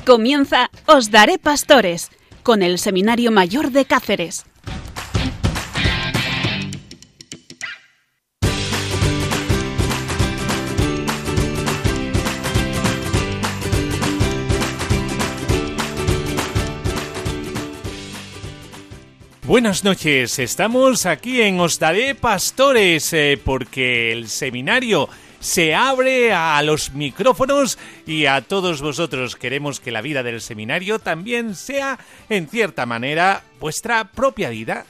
Comienza Os Daré Pastores, con el Seminario Mayor de Cáceres. Buenas noches, estamos aquí en Os Daré Pastores porque el seminario se abre a los micrófonos y a todos vosotros. Queremos que la vida del seminario también sea, en cierta manera, vuestra propia vida.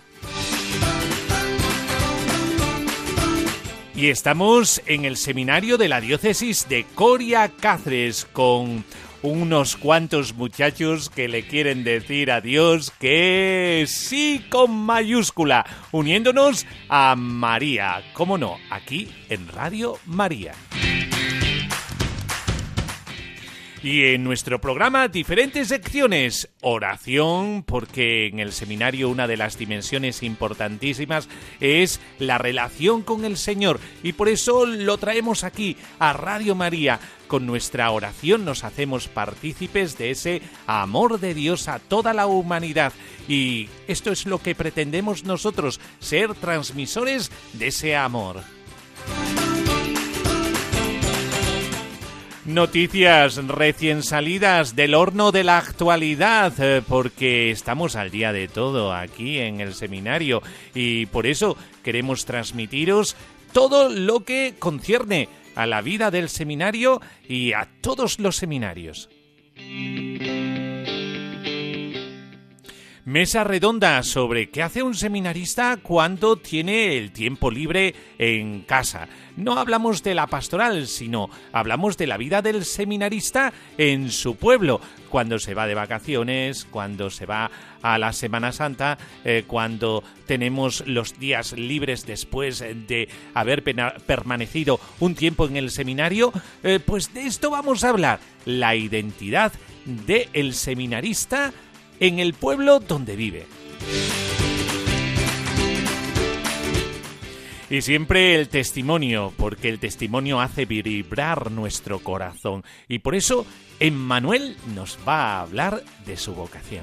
Y estamos en el seminario de la diócesis de Coria Cáceres con unos cuantos muchachos que le quieren decir a Dios que sí con mayúscula, uniéndonos a María, cómo no, aquí en Radio María. Y en nuestro programa diferentes secciones, oración, porque en el seminario una de las dimensiones importantísimas es la relación con el Señor y por eso lo traemos aquí a Radio María. Con nuestra oración nos hacemos partícipes de ese amor de Dios a toda la humanidad y esto es lo que pretendemos nosotros, ser transmisores de ese amor. Noticias recién salidas del horno de la actualidad, porque estamos al día de todo aquí en el seminario y por eso queremos transmitiros todo lo que concierne a la vida del seminario y a todos los seminarios. Mesa redonda sobre qué hace un seminarista cuando tiene el tiempo libre en casa. No hablamos de la pastoral, sino hablamos de la vida del seminarista en su pueblo, cuando se va de vacaciones, cuando se va a la Semana Santa, cuando tenemos los días libres después de haber permanecido un tiempo en el seminario, pues de esto vamos a hablar, la identidad del seminarista en el pueblo donde vive. Y siempre el testimonio, porque el testimonio hace vibrar nuestro corazón. Y por eso Emmanuel nos va a hablar de su vocación.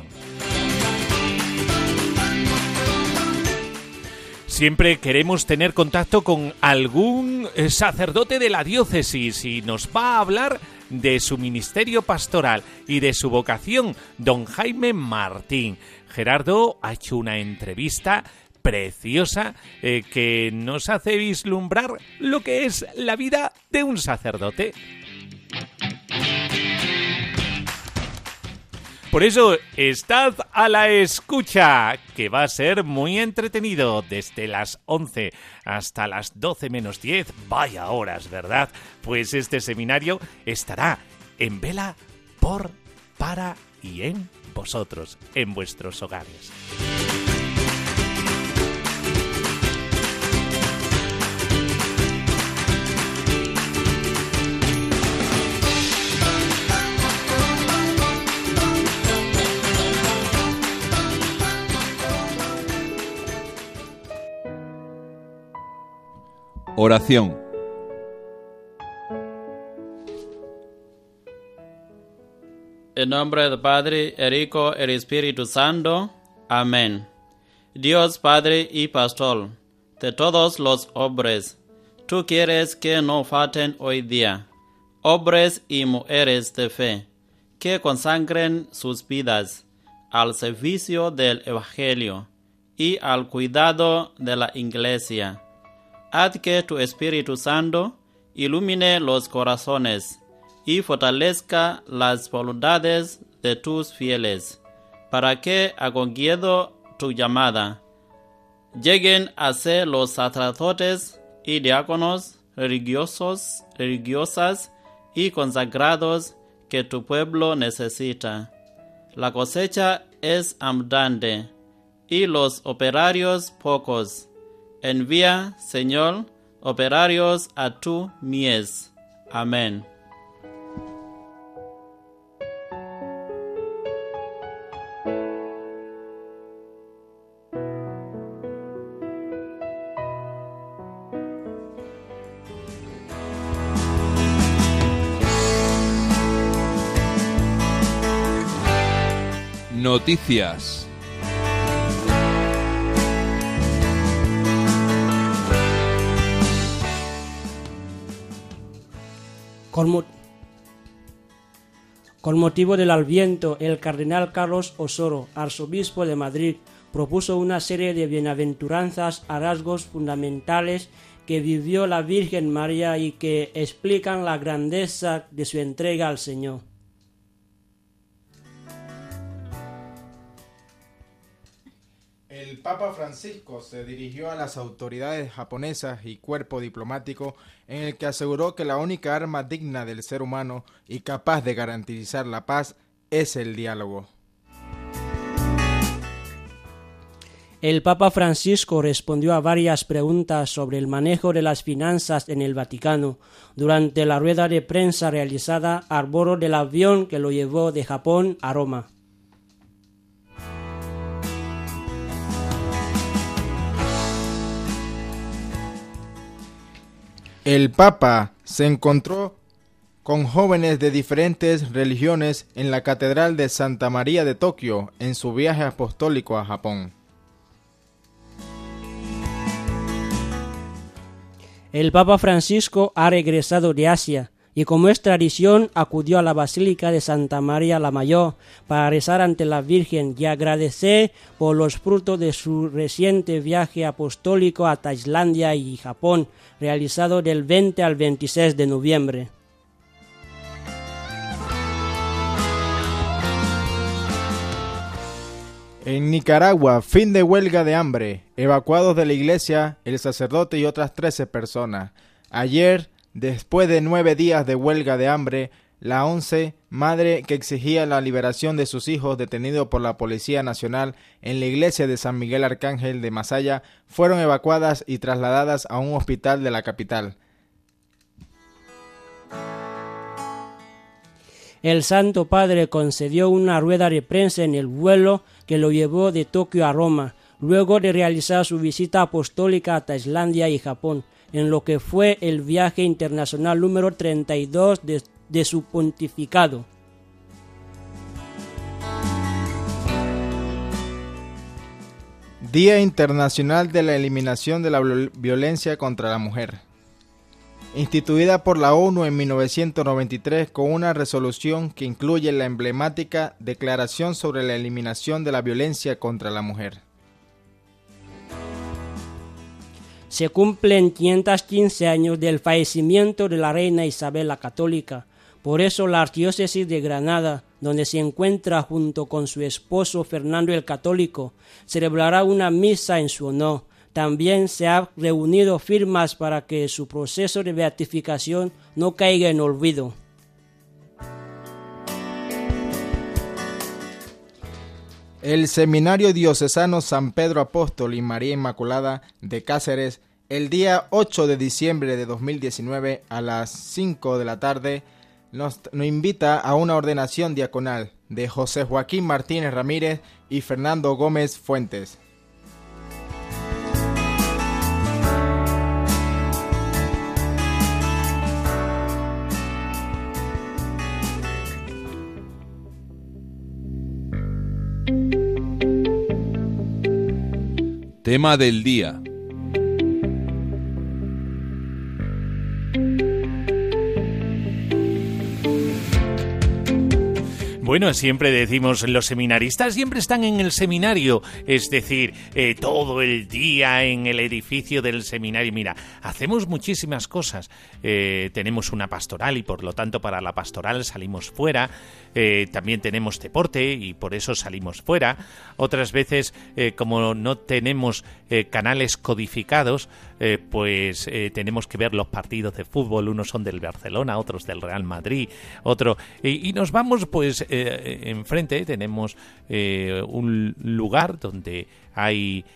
Siempre queremos tener contacto con algún sacerdote de la diócesis y nos va a hablar de su ministerio pastoral y de su vocación, don Jaime Martín. Gerardo ha hecho una entrevista preciosa que nos hace vislumbrar lo que es la vida de un sacerdote. Por eso, estad a la escucha, que va a ser muy entretenido desde las 11 hasta las 12 menos 10. Vaya horas, ¿verdad? Pues este seminario estará en vela por, para y en vosotros, en vuestros hogares. Oración. En nombre del Padre, el Hijo y el Espíritu Santo. Amén. Dios Padre y Pastor de todos los hombres, tú quieres que no falten hoy día hombres y mujeres de fe, que consagren sus vidas al servicio del Evangelio y al cuidado de la Iglesia. Haz que tu Espíritu Santo ilumine los corazones y fortalezca las voluntades de tus fieles, para que, acogiendo tu llamada, lleguen a ser los sacerdotes y diáconos religiosas y consagrados que tu pueblo necesita. La cosecha es abundante y los operarios pocos. Envía, Señor, operarios a tu mies. Amén. Noticias. Con motivo del Adviento, el cardenal Carlos Osoro, arzobispo de Madrid, propuso una serie de bienaventuranzas a rasgos fundamentales que vivió la Virgen María y que explican la grandeza de su entrega al Señor. El Papa Francisco se dirigió a las autoridades japonesas y cuerpo diplomático en el que aseguró que la única arma digna del ser humano y capaz de garantizar la paz es el diálogo. El Papa Francisco respondió a varias preguntas sobre el manejo de las finanzas en el Vaticano durante la rueda de prensa realizada a bordo del avión que lo llevó de Japón a Roma. El Papa se encontró con jóvenes de diferentes religiones en la Catedral de Santa María de Tokio en su viaje apostólico a Japón. El Papa Francisco ha regresado de Asia y, como es tradición, acudió a la Basílica de Santa María la Mayor para rezar ante la Virgen y agradecer por los frutos de su reciente viaje apostólico a Tailandia y Japón, realizado del 20 al 26 de noviembre. En Nicaragua, fin de huelga de hambre. Evacuados de la iglesia, el sacerdote y otras 13 personas. Ayer, después de 9 días de huelga de hambre, la 11, madre que exigía la liberación de sus hijos detenidos por la Policía Nacional en la iglesia de San Miguel Arcángel de Masaya, fueron evacuadas y trasladadas a un hospital de la capital. El Santo Padre concedió una rueda de prensa en el vuelo que lo llevó de Tokio a Roma, luego de realizar su visita apostólica a Tailandia y Japón, en lo que fue el viaje internacional número 32 de su pontificado. Día Internacional de la Eliminación de la Violencia contra la Mujer. Instituida por la ONU en 1993 con una resolución que incluye la emblemática Declaración sobre la Eliminación de la Violencia contra la Mujer. Se cumplen 515 años del fallecimiento de la reina Isabel la Católica. Por eso la Arquidiócesis de Granada, donde se encuentra junto con su esposo Fernando el Católico, celebrará una misa en su honor. También se han reunido firmas para que su proceso de beatificación no caiga en olvido. El Seminario Diocesano San Pedro Apóstol y María Inmaculada de Cáceres, el día 8 de diciembre de 2019 a las 5 de la tarde, nos invita a una ordenación diaconal de José Joaquín Martínez Ramírez y Fernando Gómez Fuentes. Tema del día. Bueno, siempre decimos, los seminaristas siempre están en el seminario, es decir, todo el día en el edificio del seminario. Mira, hacemos muchísimas cosas. Tenemos una pastoral y por lo tanto para la pastoral salimos fuera. También tenemos deporte y por eso salimos fuera. Otras veces, como no tenemos canales codificados, pues tenemos que ver los partidos de fútbol. Unos son del Barcelona, otros del Real Madrid, otro y nos vamos pues enfrente. Tenemos un lugar donde hay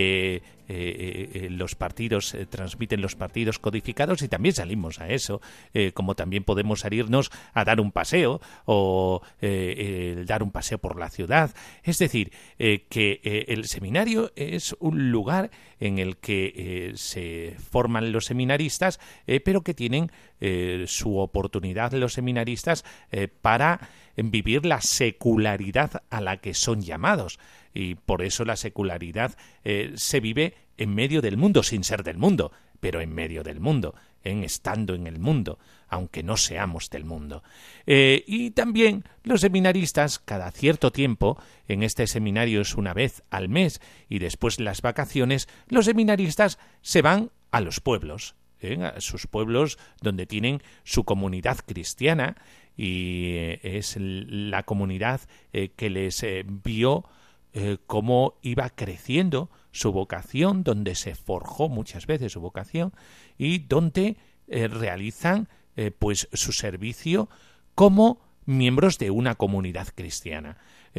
los partidos, transmiten los partidos codificados y también salimos a eso, como también podemos salirnos a dar un paseo o dar un paseo por la ciudad. Es decir, que el seminario es un lugar en el que se forman los seminaristas, pero que tienen su oportunidad los seminaristas para vivir la secularidad a la que son llamados. Y por eso la secularidad se vive en medio del mundo, sin ser del mundo, pero en medio del mundo, estando en el mundo, aunque no seamos del mundo. Y también los seminaristas, cada cierto tiempo, en este seminario es una vez al mes, y después las vacaciones, los seminaristas se van a los pueblos, a sus pueblos donde tienen su comunidad cristiana, y es la comunidad que les vio cómo iba creciendo su vocación, donde se forjó muchas veces su vocación y donde realizan pues su servicio como miembros de una comunidad cristiana.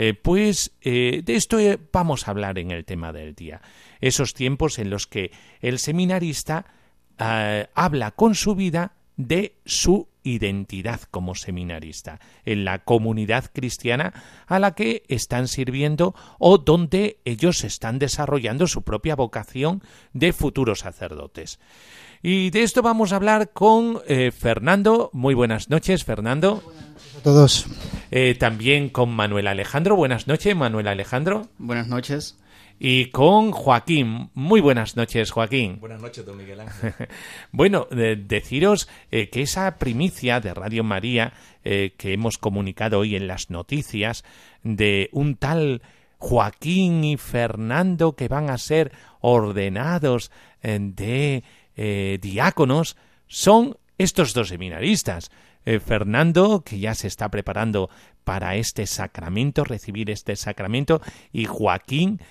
De esto vamos a hablar en el tema del día. Esos tiempos en los que el seminarista habla con su vida de su identidad como seminarista, en la comunidad cristiana a la que están sirviendo o donde ellos están desarrollando su propia vocación de futuros sacerdotes. Y de esto vamos a hablar con Fernando. Muy buenas noches, Fernando. Buenas noches a todos. También con Manuel Alejandro. Buenas noches, Manuel Alejandro. Buenas noches. Y con Joaquín. Muy buenas noches, Joaquín. Buenas noches, don Miguel Ángel. Bueno, deciros que esa primicia de Radio María que hemos comunicado hoy en las noticias de un tal Joaquín y Fernando que van a ser ordenados de diáconos son estos dos seminaristas. Fernando, que ya se está preparando para este sacramento, recibir este sacramento, y Joaquín,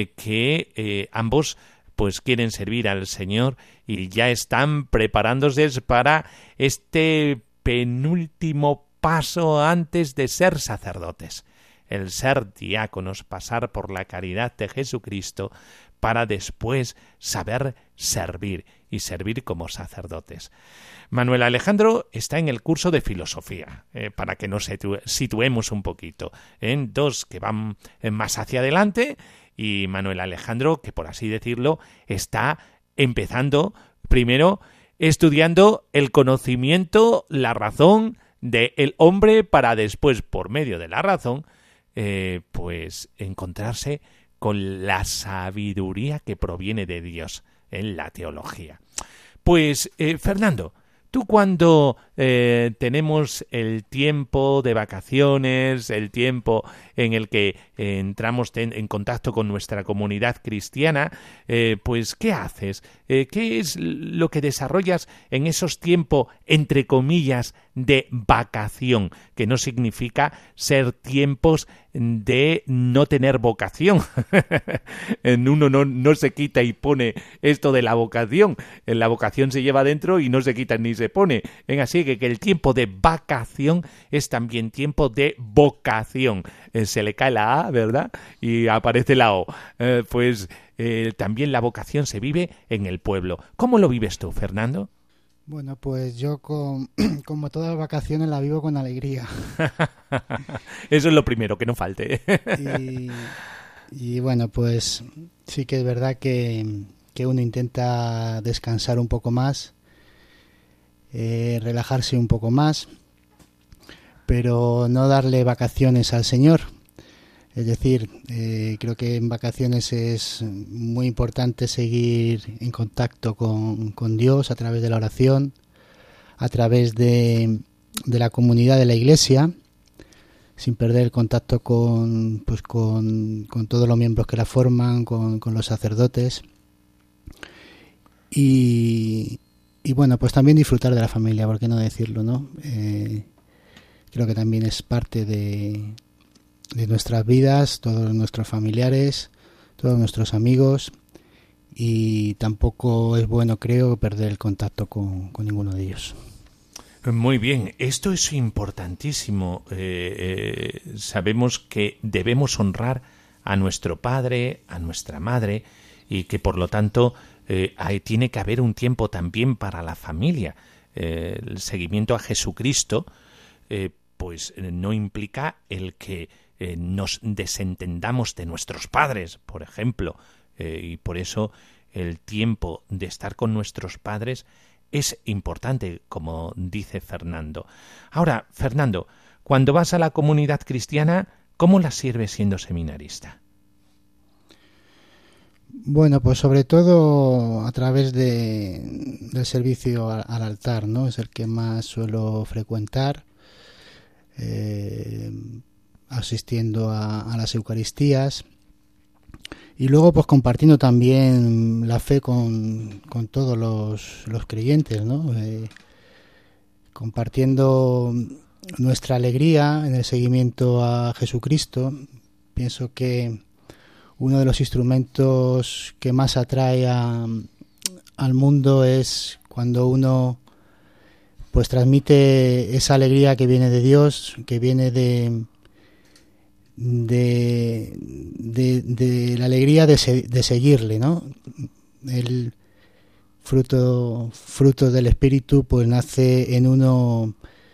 que ambos pues quieren servir al Señor y ya están preparándose para este penúltimo paso antes de ser sacerdotes, el ser diáconos, pasar por la caridad de Jesucristo para después saber servir y servir como sacerdotes. Manuel Alejandro está en el curso de filosofía, para que nos situemos un poquito, en dos que van más hacia adelante, y Manuel Alejandro, que por así decirlo, está empezando primero estudiando el conocimiento, la razón del hombre, para después, por medio de la razón, pues encontrarse con la sabiduría que proviene de Dios en la teología. Pues, Fernando, tú cuando tenemos el tiempo de vacaciones, el tiempo en el que entramos en contacto con nuestra comunidad cristiana, pues ¿qué haces? ¿Qué es lo que desarrollas en esos tiempos, entre comillas, de vacación? Que no significa ser tiempos de no tener vocación. Uno no se quita y pone esto de la vocación. La vocación se lleva dentro y no se quita ni se pone. Así que el tiempo de vacación es también tiempo de vocación. Se le cae la A, ¿verdad? Y aparece la O. También la vocación se vive en el pueblo. ¿Cómo lo vives tú, Fernando? Bueno, pues yo como todas las vacaciones la vivo con alegría. Eso es lo primero, que no falte. Y bueno, pues sí que es verdad que uno intenta descansar un poco más, relajarse un poco más, pero no darle vacaciones al Señor. Es decir, creo que en vacaciones es muy importante seguir en contacto con Dios a través de la oración, a través de la comunidad de la Iglesia, sin perder el contacto con todos los miembros que la forman, con los sacerdotes. Y bueno, pues también disfrutar de la familia, ¿por qué no decirlo, no? Creo que también es parte de nuestras vidas, todos nuestros familiares, todos nuestros amigos, y tampoco es bueno, creo, perder el contacto con ninguno de ellos. Muy bien, esto es importantísimo. Sabemos que debemos honrar a nuestro padre, a nuestra madre, y que por lo tanto tiene que haber un tiempo también para la familia. El seguimiento a Jesucristo pues no implica el que nos desentendamos de nuestros padres, por ejemplo, y por eso el tiempo de estar con nuestros padres es importante, como dice Fernando. Ahora, Fernando, cuando vas a la comunidad cristiana, ¿cómo la sirves siendo seminarista? Bueno, pues sobre todo a través del servicio al altar, ¿no? Es el que más suelo frecuentar, asistiendo a las Eucaristías y luego pues compartiendo también la fe con todos los creyentes, ¿no? Compartiendo nuestra alegría en el seguimiento a Jesucristo. Pienso que uno de los instrumentos que más atrae al mundo es cuando uno pues transmite esa alegría que viene de Dios, que viene de la alegría de seguirle, ¿no? El fruto del Espíritu pues nace en uno,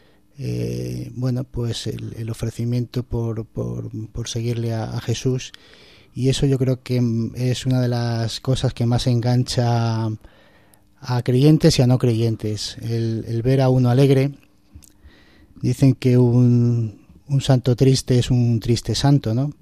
pues el ofrecimiento por seguirle a Jesús. Y eso yo creo que es una de las cosas que más engancha a creyentes y a no creyentes. El ver a uno alegre. Dicen que un santo triste es un triste santo, ¿no?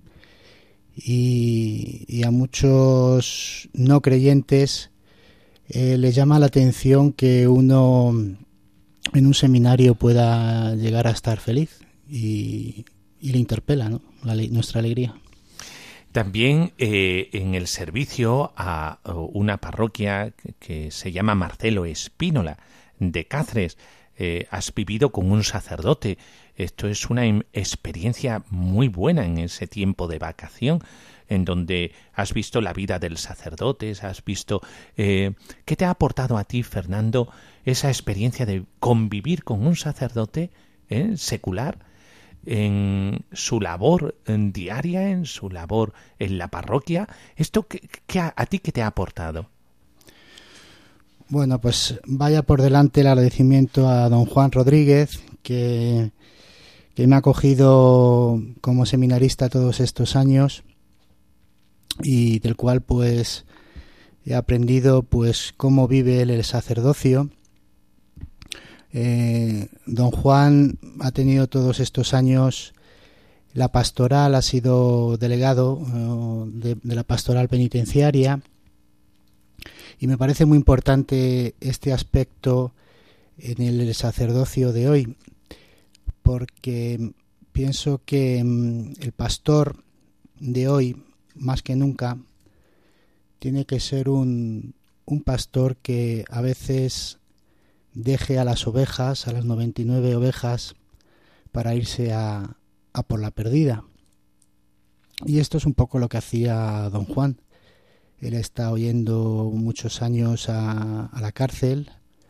Y a muchos no creyentes les llama la atención que uno en un seminario pueda llegar a estar feliz y le interpela, ¿no? Nuestra alegría. También en el servicio a una parroquia que se llama Marcelo Espínola de Cáceres, has vivido con un sacerdote. Esto es una experiencia muy buena en ese tiempo de vacación, en donde has visto la vida del sacerdote, has visto... ¿Qué te ha aportado a ti, Fernando, esa experiencia de convivir con un sacerdote secular en su labor diaria, en su labor en la parroquia? ¿Esto a ti qué te ha aportado? Bueno, pues vaya por delante el agradecimiento a don Juan Rodríguez, que me ha acogido como seminarista todos estos años y del cual pues he aprendido pues cómo vive él el sacerdocio. Don Juan ha tenido todos estos años la pastoral, ha sido delegado de la pastoral penitenciaria, y me parece muy importante este aspecto en el sacerdocio de hoy, porque pienso que el pastor de hoy, más que nunca, tiene que ser un pastor que a veces deje a las ovejas, a las 99 ovejas, para irse a por la perdida. Y esto es un poco lo que hacía don Juan. Él está yendo muchos años a la cárcel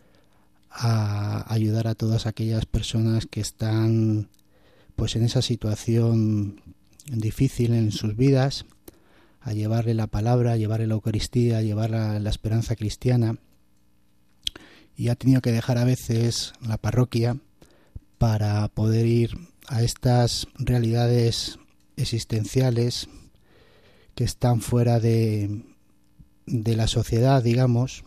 a ayudar a todas aquellas personas que están pues en esa situación difícil en sus vidas, a llevarle la palabra, a llevarle la Eucaristía, a llevar la esperanza cristiana. Y ha tenido que dejar a veces la parroquia para poder ir a estas realidades existenciales que están fuera de la sociedad, digamos,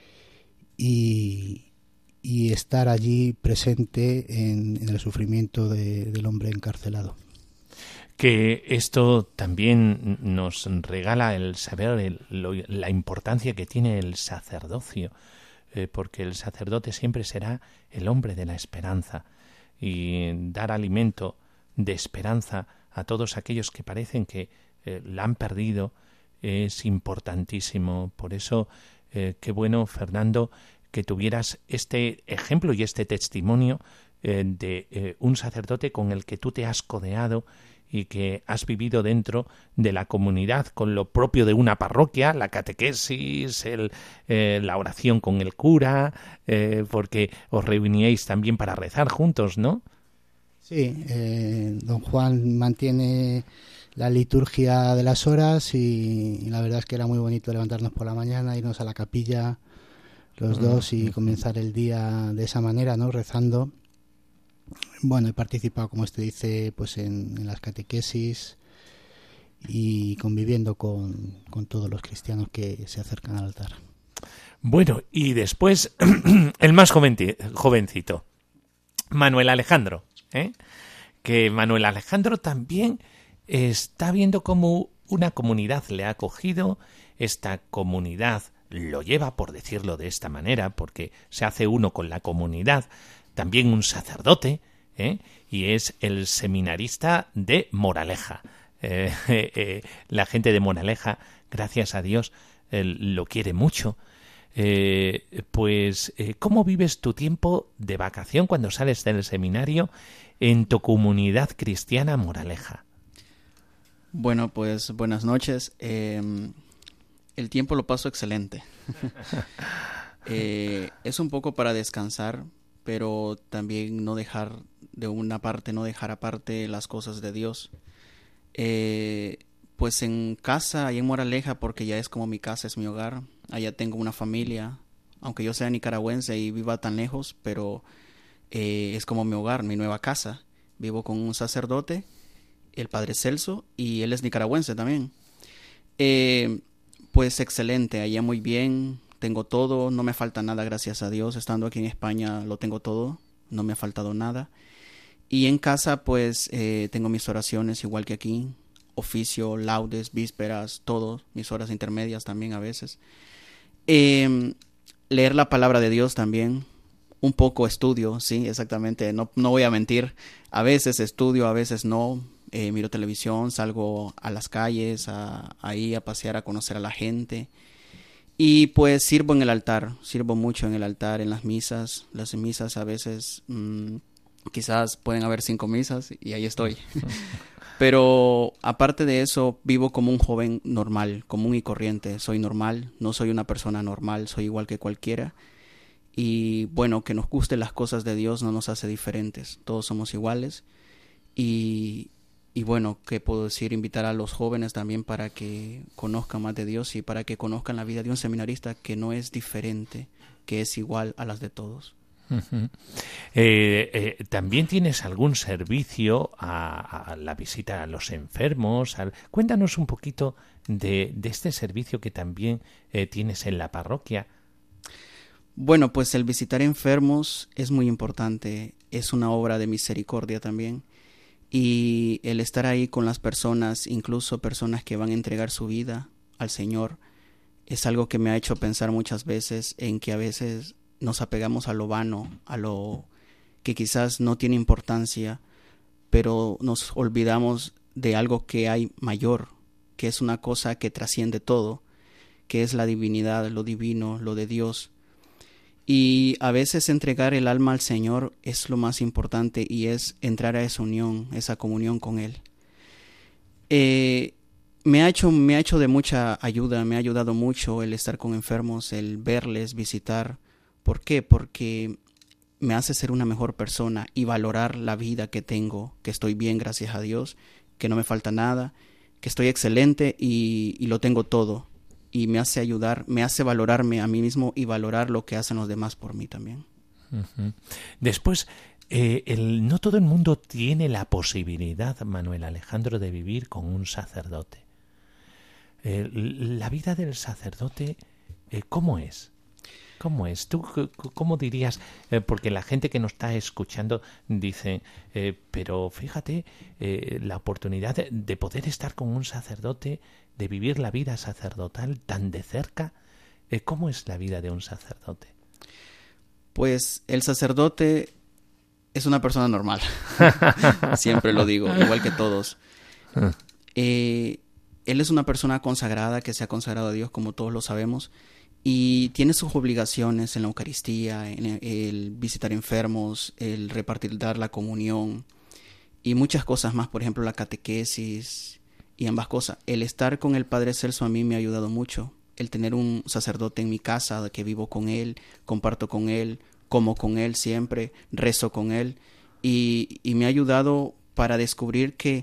y estar allí presente en el sufrimiento del hombre encarcelado. Que esto también nos regala el saber la importancia que tiene el sacerdocio, porque el sacerdote siempre será el hombre de la esperanza, y dar alimento de esperanza a todos aquellos que parecen que la han perdido es importantísimo. Por eso, qué bueno, Fernando, que tuvieras este ejemplo y este testimonio de un sacerdote con el que tú te has codeado y que has vivido dentro de la comunidad con lo propio de una parroquia, la catequesis, la oración con el cura, porque os reuníais también para rezar juntos, ¿no? Sí, don Juan mantiene la liturgia de las horas y la verdad es que era muy bonito levantarnos por la mañana, irnos a la capilla los dos y comenzar el día de esa manera, ¿no? Rezando. Bueno, he participado, como usted dice, pues en las catequesis y conviviendo con todos los cristianos que se acercan al altar. Bueno, y después el más jovencito, Manuel Alejandro, que Manuel Alejandro también está viendo cómo una comunidad le ha acogido, esta comunidad lo lleva, por decirlo de esta manera, porque se hace uno con la comunidad, también un sacerdote, y es el seminarista de Moraleja. La gente de Moraleja, gracias a Dios, lo quiere mucho. ¿Cómo vives tu tiempo de vacación cuando sales del seminario en tu comunidad cristiana Moraleja? Bueno, pues buenas noches. El tiempo lo paso excelente. Es un poco para descansar, pero también no dejar aparte las cosas de Dios. Pues en casa, ahí en Moraleja, porque ya es como mi casa, es mi hogar. Allá tengo una familia, aunque yo sea nicaragüense y viva tan lejos, pero es como mi hogar, mi nueva casa. Vivo con un sacerdote, el padre Celso, y él es nicaragüense también. Pues excelente, allá muy bien, tengo todo, no me falta nada, gracias a Dios. Estando aquí en España lo tengo todo, no me ha faltado nada. Y en casa pues tengo mis oraciones igual que aquí, oficio, laudes, vísperas, todo, mis horas intermedias también a veces. Leer la palabra de Dios también, un poco estudio, sí, exactamente, no voy a mentir, a veces estudio, a veces no. Miro televisión, salgo a las calles, ahí a pasear, a conocer a la gente. Y pues sirvo en el altar, sirvo mucho en el altar, en las misas. Las misas a veces, quizás pueden haber 5 misas y ahí estoy. Pero aparte de eso, vivo como un joven normal, común y corriente. Soy normal, no soy una persona normal, soy igual que cualquiera. Y bueno, que nos gusten las cosas de Dios no nos hace diferentes, todos somos iguales. Y bueno, ¿qué puedo decir? Invitar a los jóvenes también para que conozcan más de Dios y para que conozcan la vida de un seminarista que no es diferente, que es igual a las de todos. Uh-huh. ¿También tienes algún servicio a la visita a los enfermos? Cuéntanos un poquito de este servicio que también tienes en la parroquia. Bueno, pues el visitar enfermos es muy importante, es una obra de misericordia también. Y el estar ahí con las personas, incluso personas que van a entregar su vida al Señor, es algo que me ha hecho pensar muchas veces en que a veces nos apegamos a lo vano, a lo que quizás no tiene importancia, pero nos olvidamos de algo que hay mayor, que es una cosa que trasciende todo, que es la divinidad, lo divino, lo de Dios. Y a veces entregar el alma al Señor es lo más importante y es entrar a esa unión, esa comunión con Él. Me ha hecho de mucha ayuda, me ha ayudado mucho el estar con enfermos, el verles, visitar. ¿Por qué? Porque me hace ser una mejor persona y valorar la vida que tengo, que estoy bien, gracias a Dios, que no me falta nada, que estoy excelente y lo tengo todo. Y me hace ayudar, me hace valorarme a mí mismo y valorar lo que hacen los demás por mí también. Uh-huh. Después, no todo el mundo tiene la posibilidad, Manuel Alejandro, de vivir con un sacerdote. La vida del sacerdote, ¿cómo es? ¿Cómo es? ¿Tú cómo dirías? Porque la gente que nos está escuchando dice, pero fíjate, la oportunidad de poder estar con un sacerdote, de vivir la vida sacerdotal tan de cerca, ¿cómo es la vida de un sacerdote? Pues el sacerdote es una persona normal, siempre lo digo, igual que todos. Él es una persona consagrada, que se ha consagrado a Dios, como todos lo sabemos, y tiene sus obligaciones en la Eucaristía, en el visitar enfermos, el repartir, dar la comunión y muchas cosas más, por ejemplo la catequesis y ambas cosas. El estar con el Padre Celso a mí me ha ayudado mucho, el tener un sacerdote en mi casa, que vivo con él, comparto con él, como con él siempre, rezo con él y me ha ayudado para descubrir que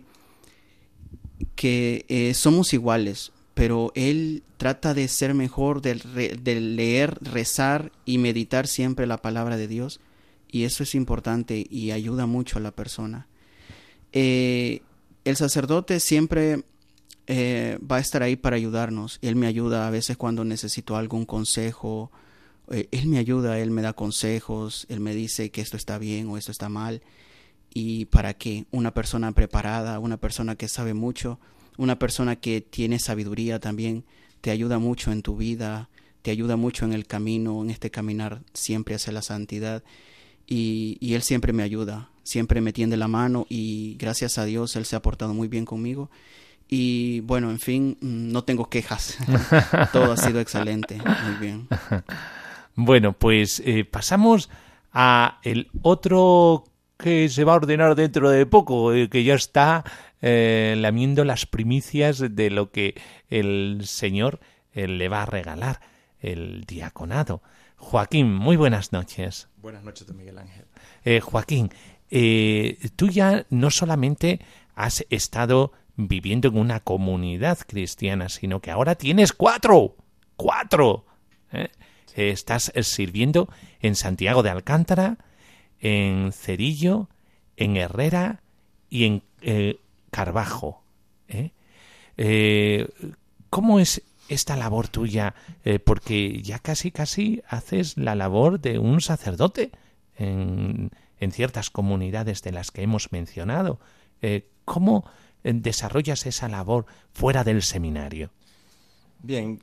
somos iguales, pero él trata de ser mejor, de leer, rezar y meditar siempre la palabra de Dios, y eso es importante y ayuda mucho a la persona. El sacerdote siempre va a estar ahí para ayudarnos. Él me ayuda a veces cuando necesito algún consejo. Él me ayuda, él me da consejos, él me dice que esto está bien o esto está mal. y para qué. Una persona preparada, una persona que sabe mucho, una persona que tiene sabiduría también, te ayuda mucho en tu vida, te ayuda mucho en el camino, en este caminar siempre hacia la santidad. Y él siempre me ayuda, siempre me tiende la mano y gracias a Dios él se ha portado muy bien conmigo. Y bueno, en fin, no tengo quejas. Todo ha sido excelente, muy bien. Bueno, pues pasamos a el otro que se va a ordenar dentro de poco, que ya está lamiendo las primicias de lo que el Señor le va a regalar, el diaconado. Joaquín, muy buenas noches. Buenas noches, don Miguel Ángel. Joaquín, tú ya no solamente has estado viviendo en una comunidad cristiana, sino que ahora tienes cuatro. Estás sirviendo en Santiago de Alcántara, en Cerillo, en Herrera y en Carvajo. ¿Cómo es esta labor tuya? Porque ya casi haces la labor de un sacerdote en ciertas comunidades de las que hemos mencionado. ¿Cómo desarrollas esa labor fuera del seminario? Bien,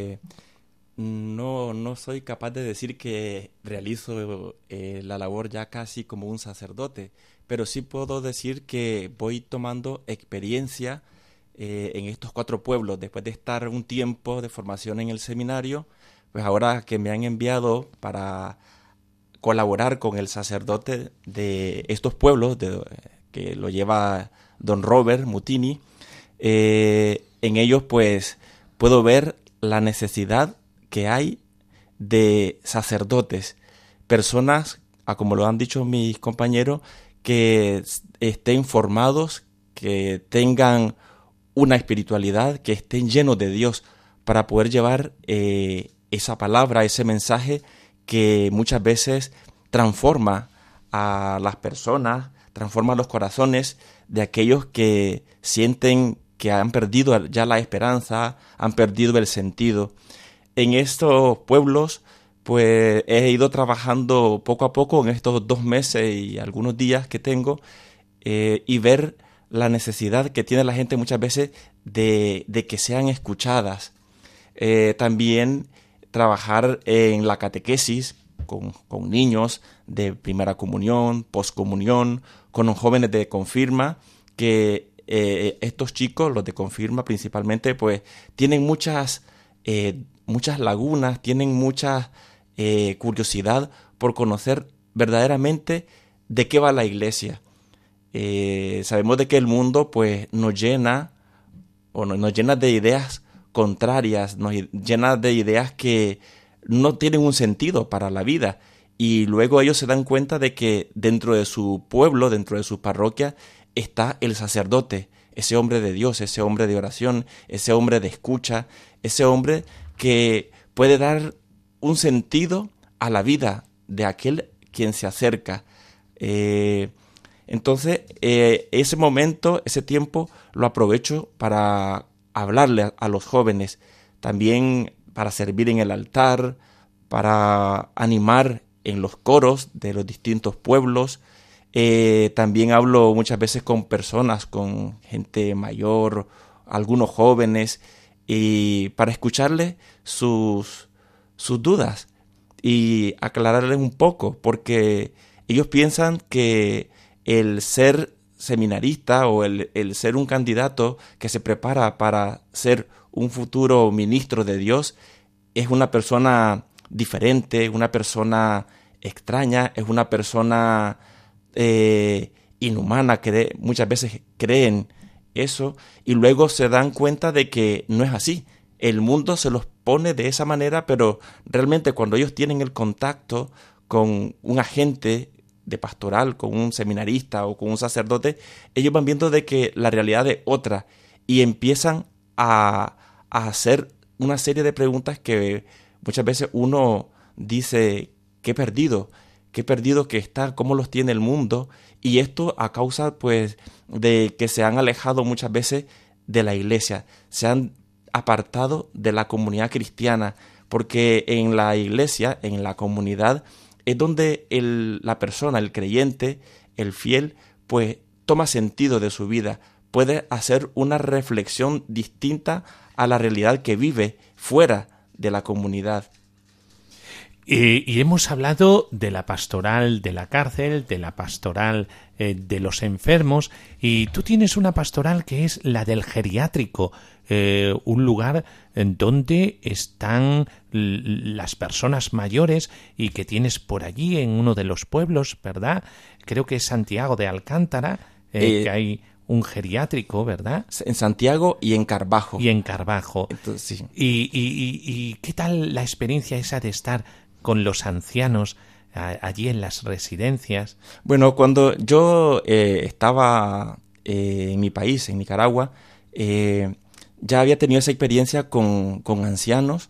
no soy capaz de decir que realizo la labor ya casi como un sacerdote, pero sí puedo decir que voy tomando experiencia en estos 4 pueblos. Después de estar un tiempo de formación en el seminario, pues ahora que me han enviado para colaborar con el sacerdote de estos pueblos, que lo lleva don Robert Mutini, en ellos pues puedo ver la necesidad que hay de sacerdotes, personas, como lo han dicho mis compañeros, que estén formados, que tengan una espiritualidad, que estén llenos de Dios para poder llevar esa palabra, ese mensaje que muchas veces transforma a las personas, transforma los corazones de aquellos que sienten que han perdido ya la esperanza, han perdido el sentido. En estos pueblos, pues he ido trabajando poco a poco en estos 2 meses y algunos días que tengo y ver la necesidad que tiene la gente muchas veces de que sean escuchadas. También trabajar en la catequesis con niños de primera comunión, poscomunión, con los jóvenes de confirma, que estos chicos, los de confirma principalmente, pues tienen muchas lagunas, tienen mucha curiosidad por conocer verdaderamente de qué va la iglesia. Sabemos de que el mundo pues nos llena de ideas contrarias, nos llena de ideas que no tienen un sentido para la vida, y luego ellos se dan cuenta de que dentro de su pueblo, dentro de su parroquia, está el sacerdote, ese hombre de Dios, ese hombre de oración, ese hombre de escucha, ese hombre que puede dar un sentido a la vida de aquel quien se acerca. Entonces, ese momento, ese tiempo, lo aprovecho para hablarle a los jóvenes, también para servir en el altar, para animar en los coros de los distintos pueblos. También hablo muchas veces con personas, con gente mayor, algunos jóvenes, y para escucharles sus dudas y aclararles un poco, porque ellos piensan que el ser seminarista o el ser un candidato que se prepara para ser un futuro ministro de Dios es una persona diferente, una persona extraña, es una persona inhumana, que muchas veces creen eso y luego se dan cuenta de que no es así. El mundo se los pone de esa manera, pero realmente cuando ellos tienen el contacto con un agente de pastoral, con un seminarista o con un sacerdote, ellos van viendo de que la realidad es otra y empiezan a hacer una serie de preguntas que muchas veces uno dice, qué perdido que está, cómo los tiene el mundo, y esto a causa pues de que se han alejado muchas veces de la iglesia, se han apartado de la comunidad cristiana, porque en la iglesia, en la comunidad, es donde la persona, el creyente, el fiel, pues toma sentido de su vida, puede hacer una reflexión distinta a la realidad que vive fuera de la comunidad. Y hemos hablado de la pastoral de la cárcel, de la pastoral de los enfermos, y tú tienes una pastoral que es la del geriátrico, un lugar en donde están las personas mayores y que tienes por allí en uno de los pueblos, ¿verdad? Creo que es Santiago de Alcántara, que hay un geriátrico, ¿verdad? En Santiago y en Carvajo. Entonces, sí. ¿Y qué tal la experiencia esa de estar con los ancianos allí en las residencias? Bueno, cuando yo estaba en mi país, en Nicaragua, ya había tenido esa experiencia con ancianos,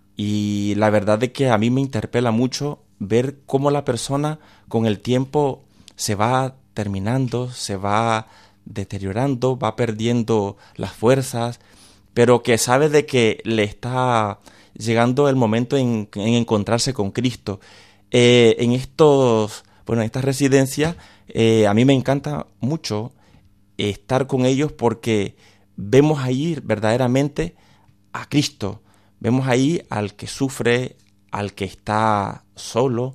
y la verdad es que a mí me interpela mucho ver cómo la persona con el tiempo se va terminando, se va deteriorando, va perdiendo las fuerzas, pero que sabe de que le está llegando el momento en encontrarse con Cristo. En estas residencias, a mí me encanta mucho estar con ellos porque vemos ahí verdaderamente a Cristo, vemos ahí al que sufre, al que está solo,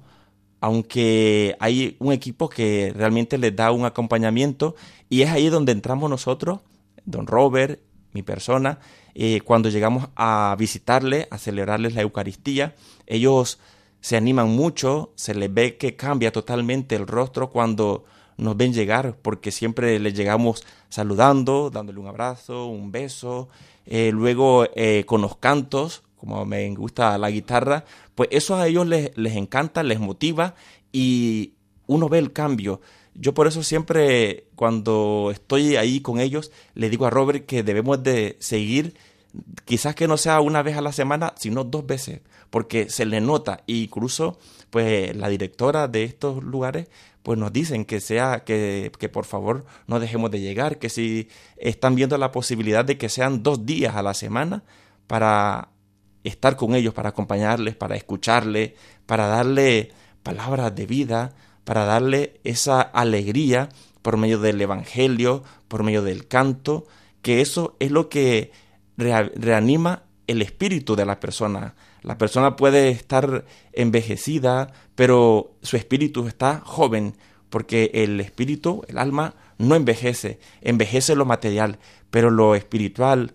aunque hay un equipo que realmente les da un acompañamiento, y es ahí donde entramos nosotros, don Robert, mi persona, cuando llegamos a visitarles, a celebrarles la Eucaristía. Ellos se animan mucho, se les ve que cambia totalmente el rostro cuando nos ven llegar, porque siempre les llegamos saludando, dándole un abrazo, un beso, luego con los cantos, como me gusta la guitarra, pues eso a ellos les encanta, les motiva, y uno ve el cambio. Yo por eso siempre, cuando estoy ahí con ellos, le digo a Robert que debemos de seguir, quizás que no sea una vez a la semana, sino 2 veces, porque se le nota. E incluso pues la directora de estos lugares pues nos dicen que por favor no dejemos de llegar, que si están viendo la posibilidad de que sean 2 días a la semana para estar con ellos, para acompañarles, para escucharles, para darle palabras de vida, para darle esa alegría por medio del Evangelio, por medio del canto, que eso es lo que reanima el espíritu de la persona. La persona puede estar envejecida, pero su espíritu está joven, porque el espíritu, el alma, no envejece, envejece lo material, pero lo espiritual,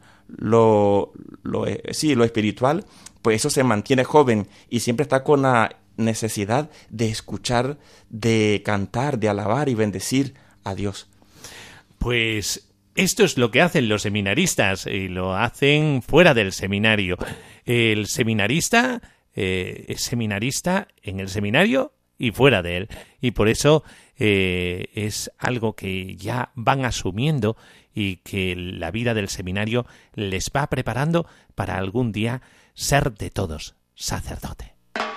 lo espiritual, pues eso se mantiene joven y siempre está con la necesidad de escuchar, de cantar, de alabar y bendecir a Dios. Pues esto es lo que hacen los seminaristas, y lo hacen fuera del seminario. El seminarista es seminarista en el seminario y fuera de él, y por eso es algo que ya van asumiendo y que la vida del seminario les va preparando para algún día ser de todos sacerdote.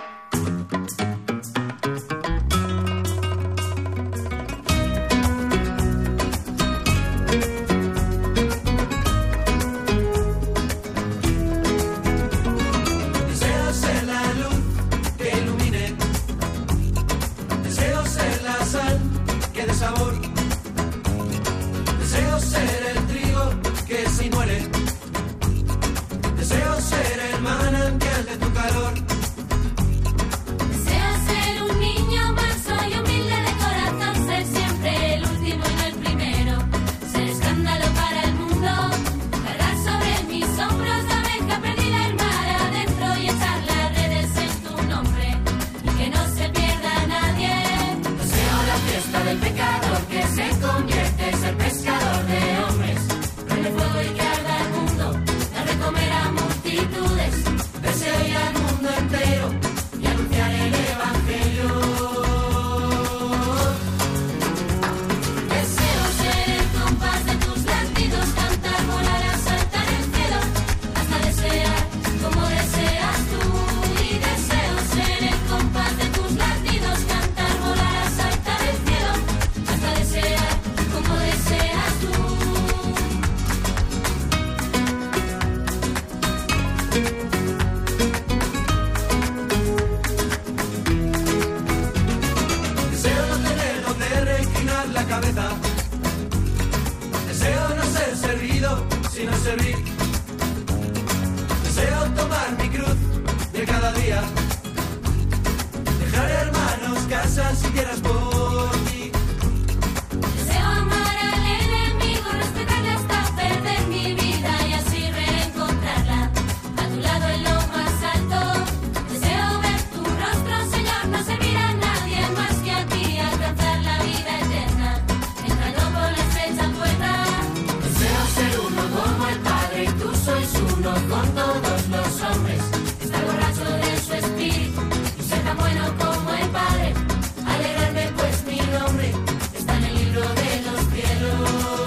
Deseo ser la luz que ilumine, deseo ser la sal que dé sabor, deseo ser el trigo que si muere, deseo ser el manantial de tu calor. cada día. Dejar hermanos, casas y tierras por ti. Deseo amar al enemigo, respetarla hasta perder mi vida y así reencontrarla a tu lado en lo más alto. Deseo ver tu rostro, Señor, no servir a nadie más que a ti, alcanzar la vida eterna, entrando por la estrecha puerta. Deseo ser uno como el Padre, y tú sois uno con todos los hombres. Estar borracho de su espíritu y ser tan bueno como el Padre. Alegrarme pues mi nombre está en el libro de los cielos.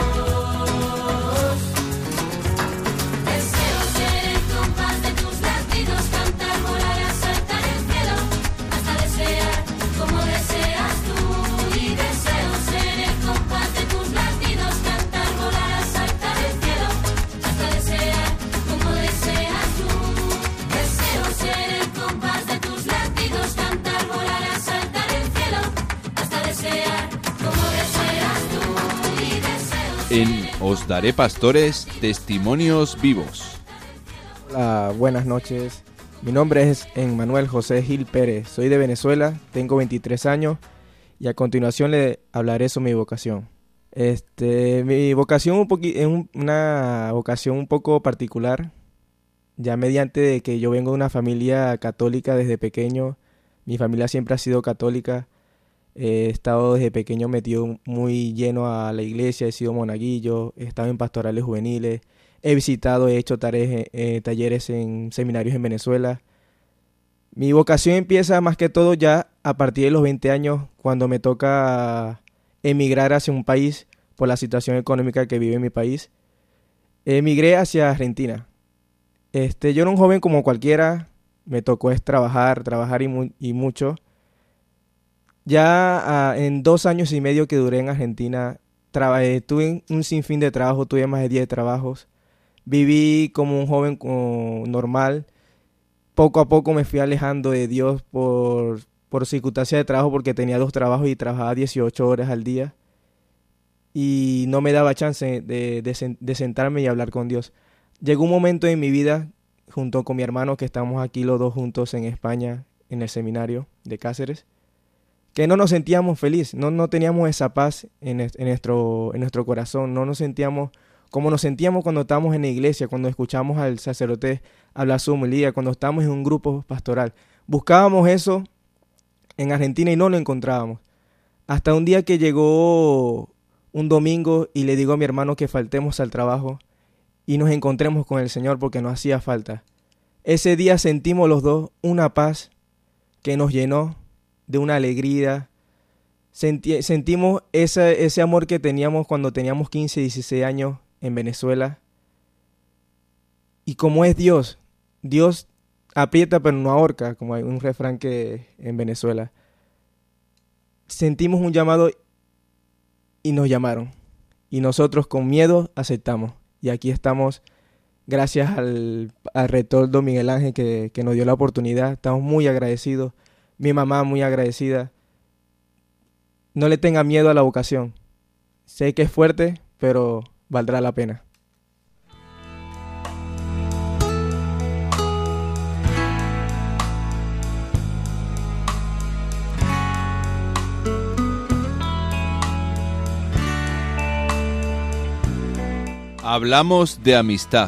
Deseo ser el compás de tus latidos, cantar, volar, saltar el cielo, hasta desear como deseas tú. Y deseo ser el compás de tus latidos, cantar, volar, saltar el cielo, hasta desear como deseas tú. Deseo ser el compás de tus latidos, cantar, volar, saltar el cielo, hasta desear como deseas tú. Y deseo En Os Daré Pastores, testimonios vivos. Hola, buenas noches. Mi nombre es Emmanuel José Gil Pérez. Soy de Venezuela, tengo 23 años y a continuación le hablaré sobre mi vocación. Mi vocación es una vocación un poco particular, ya mediante de que yo vengo de una familia católica desde pequeño. Mi familia siempre ha sido católica. He estado desde pequeño metido muy lleno a la iglesia, he sido monaguillo, he estado en pastorales juveniles, he visitado, he hecho talleres en seminarios en Venezuela. Mi vocación empieza más que todo ya a partir de los 20 años, cuando me toca emigrar hacia un país por la situación económica que vive mi país. Emigré hacia Argentina. Yo era un joven como cualquiera, me tocó trabajar y mucho. Ya en 2 años y medio que duré en Argentina, tuve un sinfín de trabajo, tuve más de 10 trabajos. Viví como un joven normal. Poco a poco me fui alejando de Dios por circunstancias de trabajo, porque tenía 2 trabajos y trabajaba 18 horas al día. Y no me daba chance de sentarme y hablar con Dios. Llegó un momento en mi vida, junto con mi hermano, que estamos aquí los dos juntos en España, en el seminario de Cáceres, que no nos sentíamos felices, no teníamos esa paz en nuestro corazón, no nos sentíamos como nos sentíamos cuando estábamos en la iglesia, cuando escuchamos al sacerdote hablar su homilía, cuando estábamos en un grupo pastoral. Buscábamos eso en Argentina y no lo encontrábamos. Hasta un día que llegó un domingo y le digo a mi hermano que faltemos al trabajo y nos encontremos con el Señor, porque nos hacía falta. Ese día sentimos los dos una paz que nos llenó de una alegría. Sentimos ese amor que teníamos cuando teníamos 15, 16 años en Venezuela. Y como es Dios aprieta pero no ahorca, como hay un refrán que en Venezuela. Sentimos un llamado y nos llamaron. Y nosotros con miedo aceptamos. Y aquí estamos, gracias al rector don Miguel Ángel que nos dio la oportunidad. Estamos muy agradecidos. Mi mamá muy agradecida. No le tenga miedo a la vocación. Sé que es fuerte, pero valdrá la pena. Hablamos de amistad.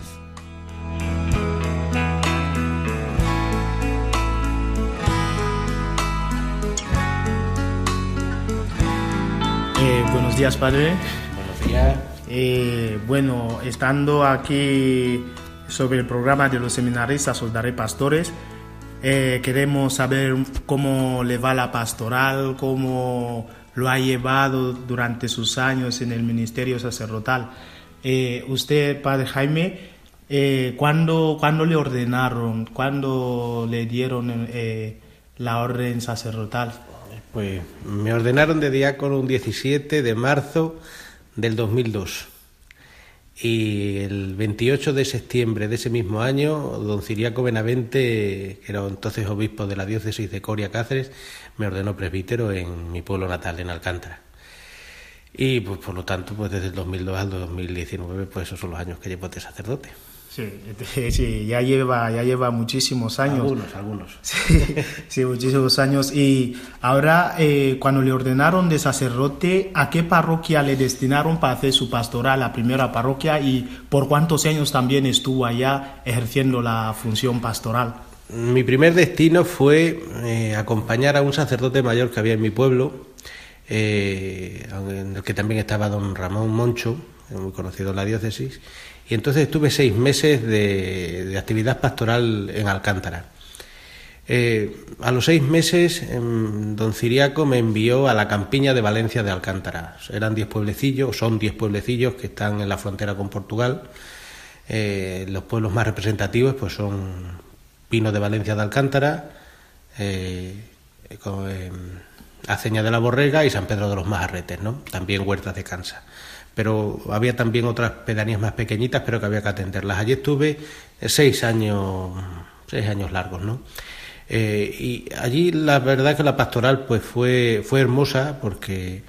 Buenos días, padre. Buenos días. Bueno, estando aquí sobre el programa de los seminaristas Os Daré Pastores, queremos saber cómo le va la pastoral, cómo lo ha llevado durante sus años en el ministerio sacerdotal. Usted, padre Jaime, ¿cuándo le ordenaron? ¿Cuándo le dieron la orden sacerdotal? Pues me ordenaron de diácono un 17 de marzo del 2002. Y el 28 de septiembre de ese mismo año, don Ciriaco Benavente, que era entonces obispo de la diócesis de Coria Cáceres, me ordenó presbítero en mi pueblo natal, en Alcántara. Y pues por lo tanto, pues desde el 2002 al 2019, pues esos son los años que llevo de sacerdote. Sí, ya lleva muchísimos años. Algunos. Sí, muchísimos años. Y ahora, cuando le ordenaron de sacerdote, ¿a qué parroquia le destinaron para hacer su pastoral, la primera parroquia? ¿Y por cuántos años también estuvo allá ejerciendo la función pastoral? Mi primer destino fue acompañar a un sacerdote mayor que había en mi pueblo, en el que también estaba don Ramón Moncho, muy conocido en la diócesis, y entonces estuve 6 meses de actividad pastoral en Alcántara. A los 6 meses, don Ciriaco me envió a la campiña de Valencia de Alcántara. Eran 10 pueblecillos, son 10 pueblecillos que están en la frontera con Portugal. Los pueblos más representativos pues son Pino de Valencia de Alcántara, Aceña de la Borrega y San Pedro de los Majarretes, ¿no? También Huertas de Cansa. Pero había también otras pedanías más pequeñitas, pero que había que atenderlas. Allí estuve 6 años largos, ¿no? Y allí la verdad que la pastoral pues fue hermosa, porque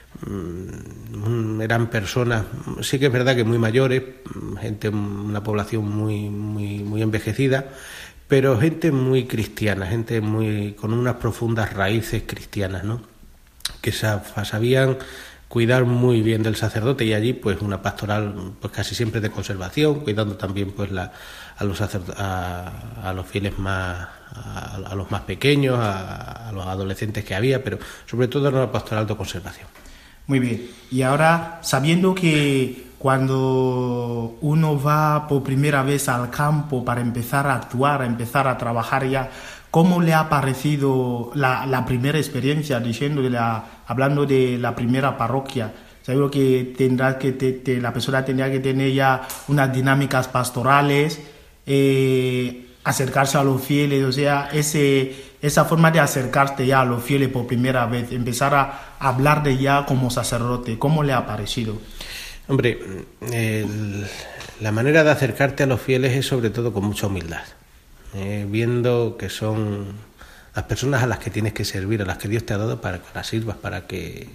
eran personas, sí que es verdad que muy mayores, una población muy envejecida, pero gente muy cristiana, gente con unas profundas raíces cristianas, ¿no? Que sabían cuidar muy bien del sacerdote, y allí pues una pastoral pues casi siempre de conservación, cuidando también pues a los fieles más, a los más pequeños, a los adolescentes que había, pero sobre todo era una pastoral de conservación. Muy bien. Y ahora, sabiendo que cuando uno va por primera vez al campo para empezar a actuar, a empezar a trabajar ya, ¿cómo le ha parecido la primera experiencia, hablando de la primera parroquia? Seguro que la persona tendrá que tener ya unas dinámicas pastorales, acercarse a los fieles, o sea, esa forma de acercarte ya a los fieles por primera vez, empezar a hablar de ya como sacerdote, ¿cómo le ha parecido? Hombre, la manera de acercarte a los fieles es sobre todo con mucha humildad, viendo que son las personas a las que tienes que servir, a las que Dios te ha dado para que las sirvas, que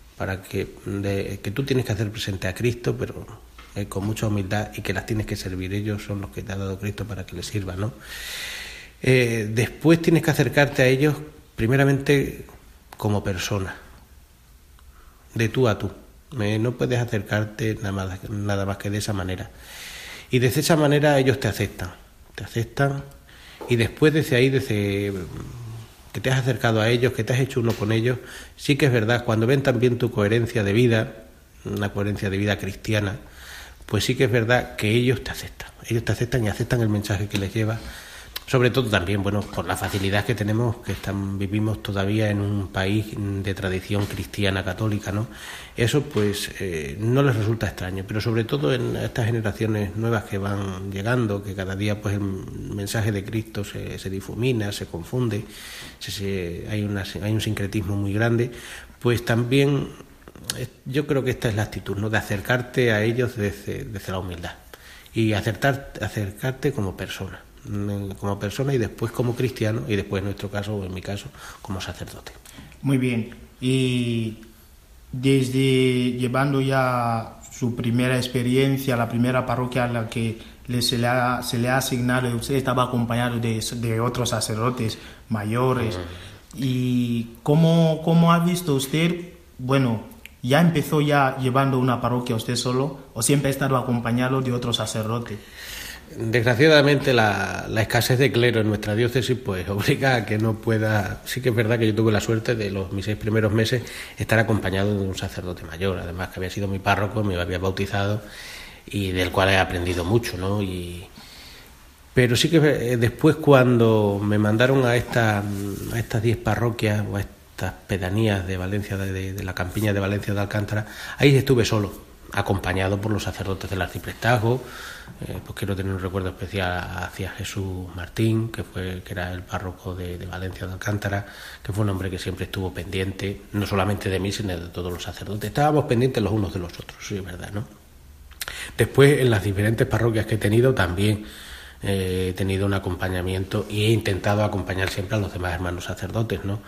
tú tienes que hacer presente a Cristo, pero con mucha humildad, y que las tienes que servir. Ellos son los que te ha dado Cristo para que les sirvas, ¿no? Después tienes que acercarte a ellos primeramente como persona, de tú a tú. No puedes acercarte nada más que de esa manera, y desde esa manera ellos te aceptan, y después desde ahí, desde que te has acercado a ellos, que te has hecho uno con ellos, sí que es verdad, cuando ven también tu coherencia de vida, una coherencia de vida cristiana, pues sí que es verdad que ellos te aceptan y aceptan el mensaje que les lleva. Sobre todo también, bueno, por la facilidad que tenemos, vivimos todavía en un país de tradición cristiana católica, ¿no? Eso pues no les resulta extraño, pero sobre todo en estas generaciones nuevas que van llegando, que cada día pues el mensaje de Cristo se difumina, se confunde, hay un sincretismo muy grande, pues también yo creo que esta es la actitud, ¿no? De acercarte a ellos desde la humildad y acercarte como persona y después como cristiano, y después en nuestro caso, o en mi caso, como sacerdote. Muy bien. Y desde llevando ya su primera experiencia, la primera parroquia a la que se le ha asignado, usted estaba acompañado de otros sacerdotes mayores. ¿Y cómo ha visto usted, bueno, ya empezó ya llevando una parroquia usted solo, o siempre ha estado acompañado de otro sacerdote? Desgraciadamente la escasez de clero en nuestra diócesis pues obliga a que no pueda. Sí que es verdad que yo tuve la suerte de mis 6 primeros meses estar acompañado de un sacerdote mayor, además que había sido mi párroco, me había bautizado y del cual he aprendido mucho, ¿no? Pero sí que después, cuando me mandaron a estas 10 parroquias o a estas pedanías de Valencia, de la campiña de Valencia de Alcántara, ahí estuve solo, acompañado por los sacerdotes del arciprestazgo. Pues quiero tener un recuerdo especial hacia Jesús Martín, que era el párroco de Valencia de Alcántara, que fue un hombre que siempre estuvo pendiente, no solamente de mí, sino de todos los sacerdotes. Estábamos pendientes los unos de los otros, sí, es verdad, ¿no? Después, en las diferentes parroquias que he tenido, también he tenido un acompañamiento y he intentado acompañar siempre a los demás hermanos sacerdotes, ¿no?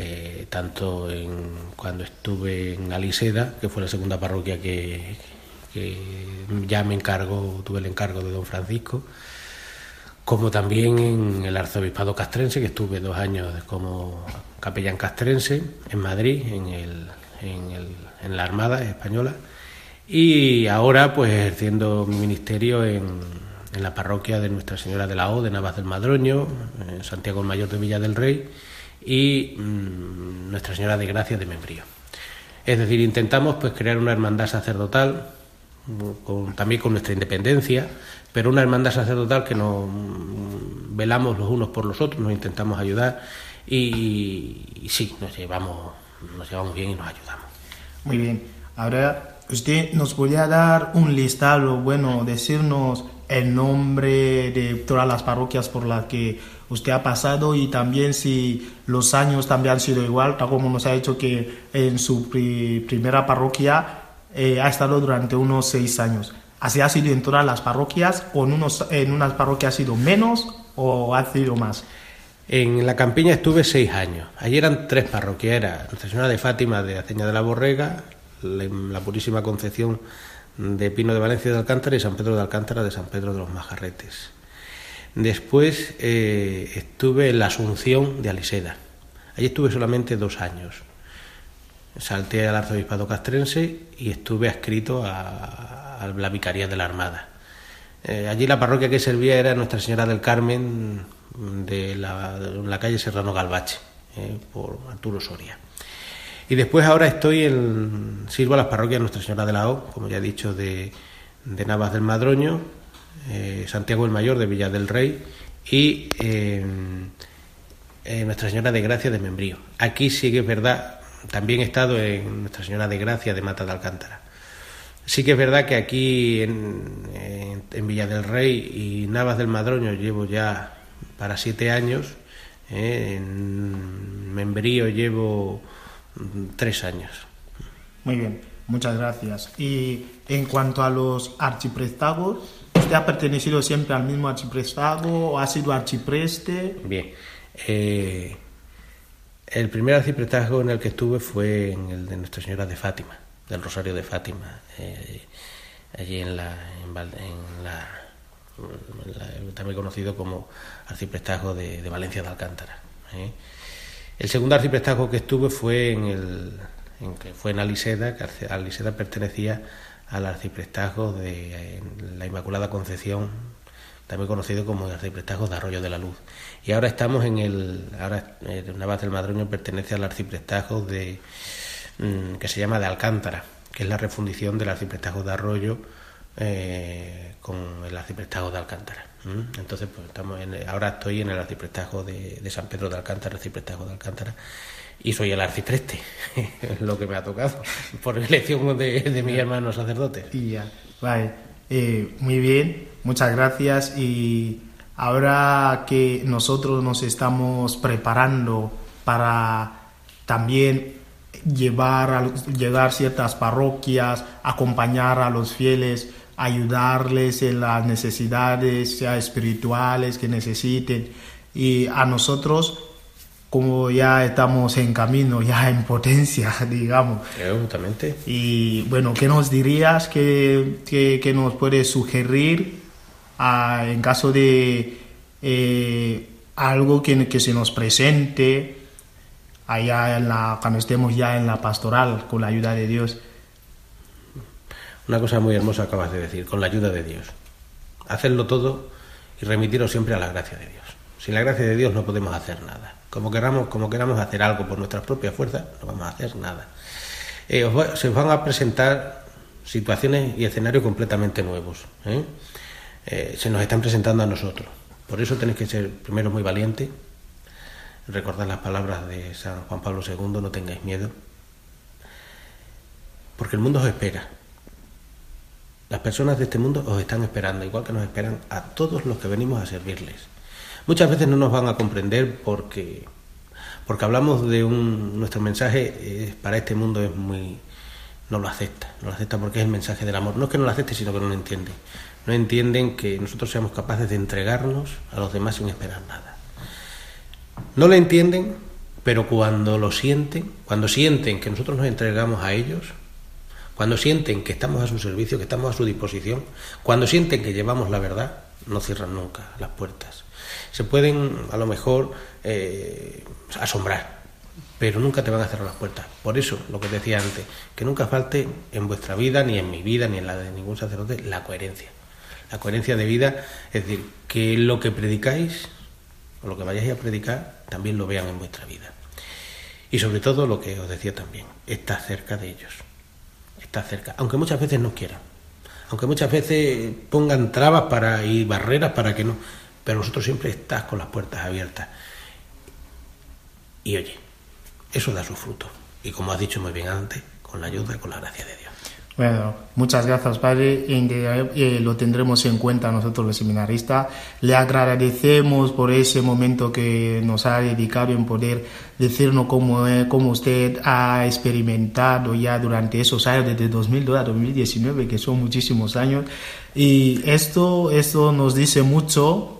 Tanto cuando estuve en Aliseda, que fue la segunda parroquia que que ya tuve el encargo de don Francisco, como también en el arzobispado castrense, que estuve 2 años como capellán castrense en Madrid, en la Armada Española, y ahora pues ejerciendo mi ministerio en la parroquia de Nuestra Señora de la O de Navas del Madroño, en Santiago el Mayor de Villa del Rey y Nuestra Señora de Gracia de Membrío. Es decir, intentamos pues crear una hermandad sacerdotal, también con nuestra independencia, pero una hermandad sacerdotal que nos velamos los unos por los otros, nos intentamos ayudar y sí, nos llevamos bien y nos ayudamos. Muy bien. Ahora, usted nos podría dar un listado, bueno, decirnos el nombre de todas las parroquias por las que usted ha pasado y también si los años también han sido igual, tal como nos ha dicho que en su primera parroquia ha estado durante unos 6 años. ¿Así ha sido en todas las parroquias o en unas parroquias ha sido menos o ha sido más? En la Campiña estuve 6 años. Allí eran 3 parroquias, era Nuestra Señora de Fátima de Aceña de la Borrega, la Purísima Concepción de Pino de Valencia de Alcántara y San Pedro de Alcántara de San Pedro de los Majarretes. Después estuve en la Asunción de Aliseda. Allí estuve solamente 2 años. Salté al arzobispado castrense y estuve adscrito a la Vicaría de la Armada. Allí la parroquia que servía era Nuestra Señora del Carmen de la calle Serrano Galvache, por Arturo Soria. Y después ahora sirvo a las parroquias Nuestra Señora de la O, como ya he dicho, de Navas del Madroño, Santiago el Mayor de Villa del Rey y Nuestra Señora de Gracia de Membrío. Aquí sí que es verdad, también he estado en Nuestra Señora de Gracia de Mata de Alcántara. Sí que es verdad que aquí en Villa del Rey y Navas del Madroño llevo ya para 7 años, en Membrío llevo 3 años. Muy bien, muchas gracias. Y en cuanto a los arciprestazgos, ¿usted ha pertenecido siempre al mismo arciprestazgo o ha sido arcipreste? Bien, el primer arciprestazgo en el que estuve fue en el de Nuestra Señora de Fátima, del Rosario de Fátima, allí también conocido como arciprestazgo de Valencia de Alcántara. El segundo arciprestazgo que estuve fue en Aliseda, que Aliseda pertenecía al arciprestazgo de la Inmaculada Concepción, también conocido como el arciprestazgo de Arroyo de la Luz. Y ahora estamos Navas del Madroño pertenece al arciprestazgo que se llama de Alcántara, que es la refundición del arciprestazgo de Arroyo con el arciprestazgo de Alcántara. Entonces, pues ahora estoy en el arciprestazgo de San Pedro de Alcántara, arciprestazgo de Alcántara, y soy el arcipreste, es lo que me ha tocado, por elección de mis hermanos sacerdotes. Vale. Muy bien, muchas gracias. Y ahora que nosotros nos estamos preparando para también llegar a ciertas parroquias, acompañar a los fieles, ayudarles en las necesidades ya espirituales que necesiten, y a nosotros, como ya estamos en camino, ya en potencia, digamos. Absolutamente. Y bueno, ¿qué nos dirías, qué nos puedes sugerir en caso de algo que se nos presente allá cuando estemos ya en la pastoral, con la ayuda de Dios? Una cosa muy hermosa acabas de decir, con la ayuda de Dios. Hacerlo todo y remitiros siempre a la gracia de Dios. Sin la gracia de Dios no podemos hacer nada. Como queramos hacer algo por nuestras propias fuerzas, no vamos a hacer nada. Se os van a presentar situaciones y escenarios completamente nuevos. Se nos están presentando a nosotros. Por eso tenéis que ser primero muy valientes. Recordad las palabras de San Juan Pablo II, no tengáis miedo. Porque el mundo os espera. Las personas de este mundo os están esperando, igual que nos esperan a todos los que venimos a servirles. Muchas veces no nos van a comprender porque hablamos de nuestro mensaje para este mundo es muy... no lo acepta porque es el mensaje del amor. No es que no lo acepte, sino que no lo entiende. No entienden que nosotros seamos capaces de entregarnos a los demás sin esperar nada. No lo entienden, pero cuando sienten que nosotros nos entregamos a ellos, Cuando sienten que estamos a su servicio, que estamos a su disposición, cuando sienten que llevamos la verdad, no cierran nunca las puertas. Se pueden, a lo mejor, asombrar, pero nunca te van a cerrar las puertas. Por eso, lo que decía antes, que nunca falte en vuestra vida, ni en mi vida, ni en la de ningún sacerdote, la coherencia. La coherencia de vida, es decir, que lo que predicáis, o lo que vayáis a predicar, también lo vean en vuestra vida. Y sobre todo, lo que os decía también, está cerca de ellos. Está cerca, aunque muchas veces no quieran, aunque muchas veces pongan trabas y barreras para que no, pero nosotros siempre estás con las puertas abiertas. Y oye, eso da su fruto, y como has dicho muy bien antes, con la ayuda y con la gracia de Dios. Bueno, muchas gracias, padre. Lo tendremos en cuenta nosotros los seminaristas. Le agradecemos por ese momento que nos ha dedicado en poder decirnos cómo usted ha experimentado ya durante esos años, desde 2002 a 2019, que son muchísimos años. Y esto nos dice mucho,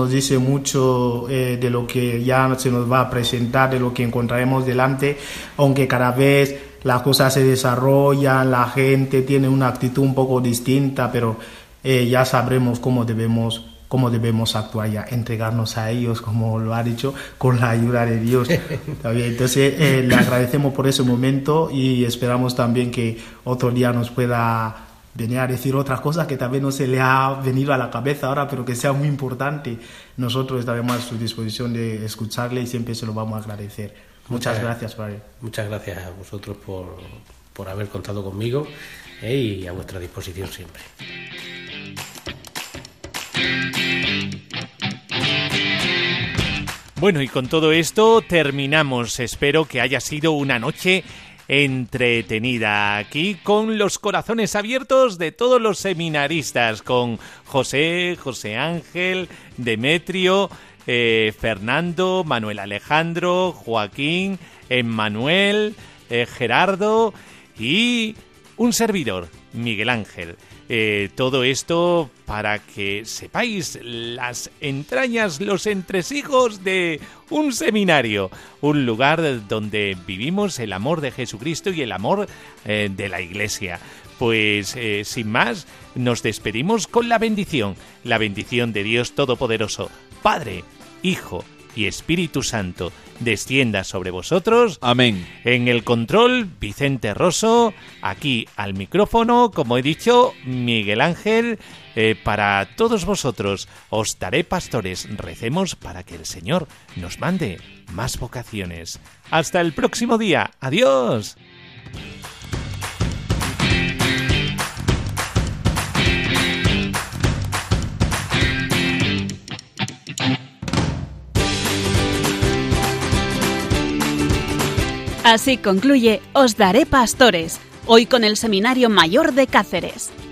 de lo que ya se nos va a presentar, de lo que encontraremos delante, aunque cada vez las cosas se desarrollan, la gente tiene una actitud un poco distinta, pero ya sabremos cómo debemos actuar ya, entregarnos a ellos, como lo ha dicho, con la ayuda de Dios. Entonces, le agradecemos por ese momento y esperamos también que otro día nos pueda venir a decir otras cosas que también no se le ha venido a la cabeza ahora, pero que sea muy importante. Nosotros estaremos a su disposición de escucharle y siempre se lo vamos a agradecer. Muchas gracias, padre. Muchas gracias a vosotros por haber contado conmigo y a vuestra disposición siempre. Bueno, y con todo esto terminamos. Espero que haya sido una noche entretenida aquí con los corazones abiertos de todos los seminaristas, con José Ángel, Demetrio, Fernando, Manuel Alejandro, Joaquín, Emmanuel, Gerardo y un servidor, Miguel Ángel. Todo esto para que sepáis las entrañas, los entresijos de un seminario, un lugar donde vivimos el amor de Jesucristo y el amor de la Iglesia. Pues sin más, nos despedimos con la bendición de Dios Todopoderoso, Padre, Hijo y Espíritu Santo, descienda sobre vosotros. Amén. En el control, Vicente Rosso. Aquí al micrófono, como he dicho, Miguel Ángel. Para todos vosotros, os daré pastores. Recemos para que el Señor nos mande más vocaciones. Hasta el próximo día. Adiós. Así concluye Os Daré Pastores, hoy con el Seminario Mayor de Cáceres.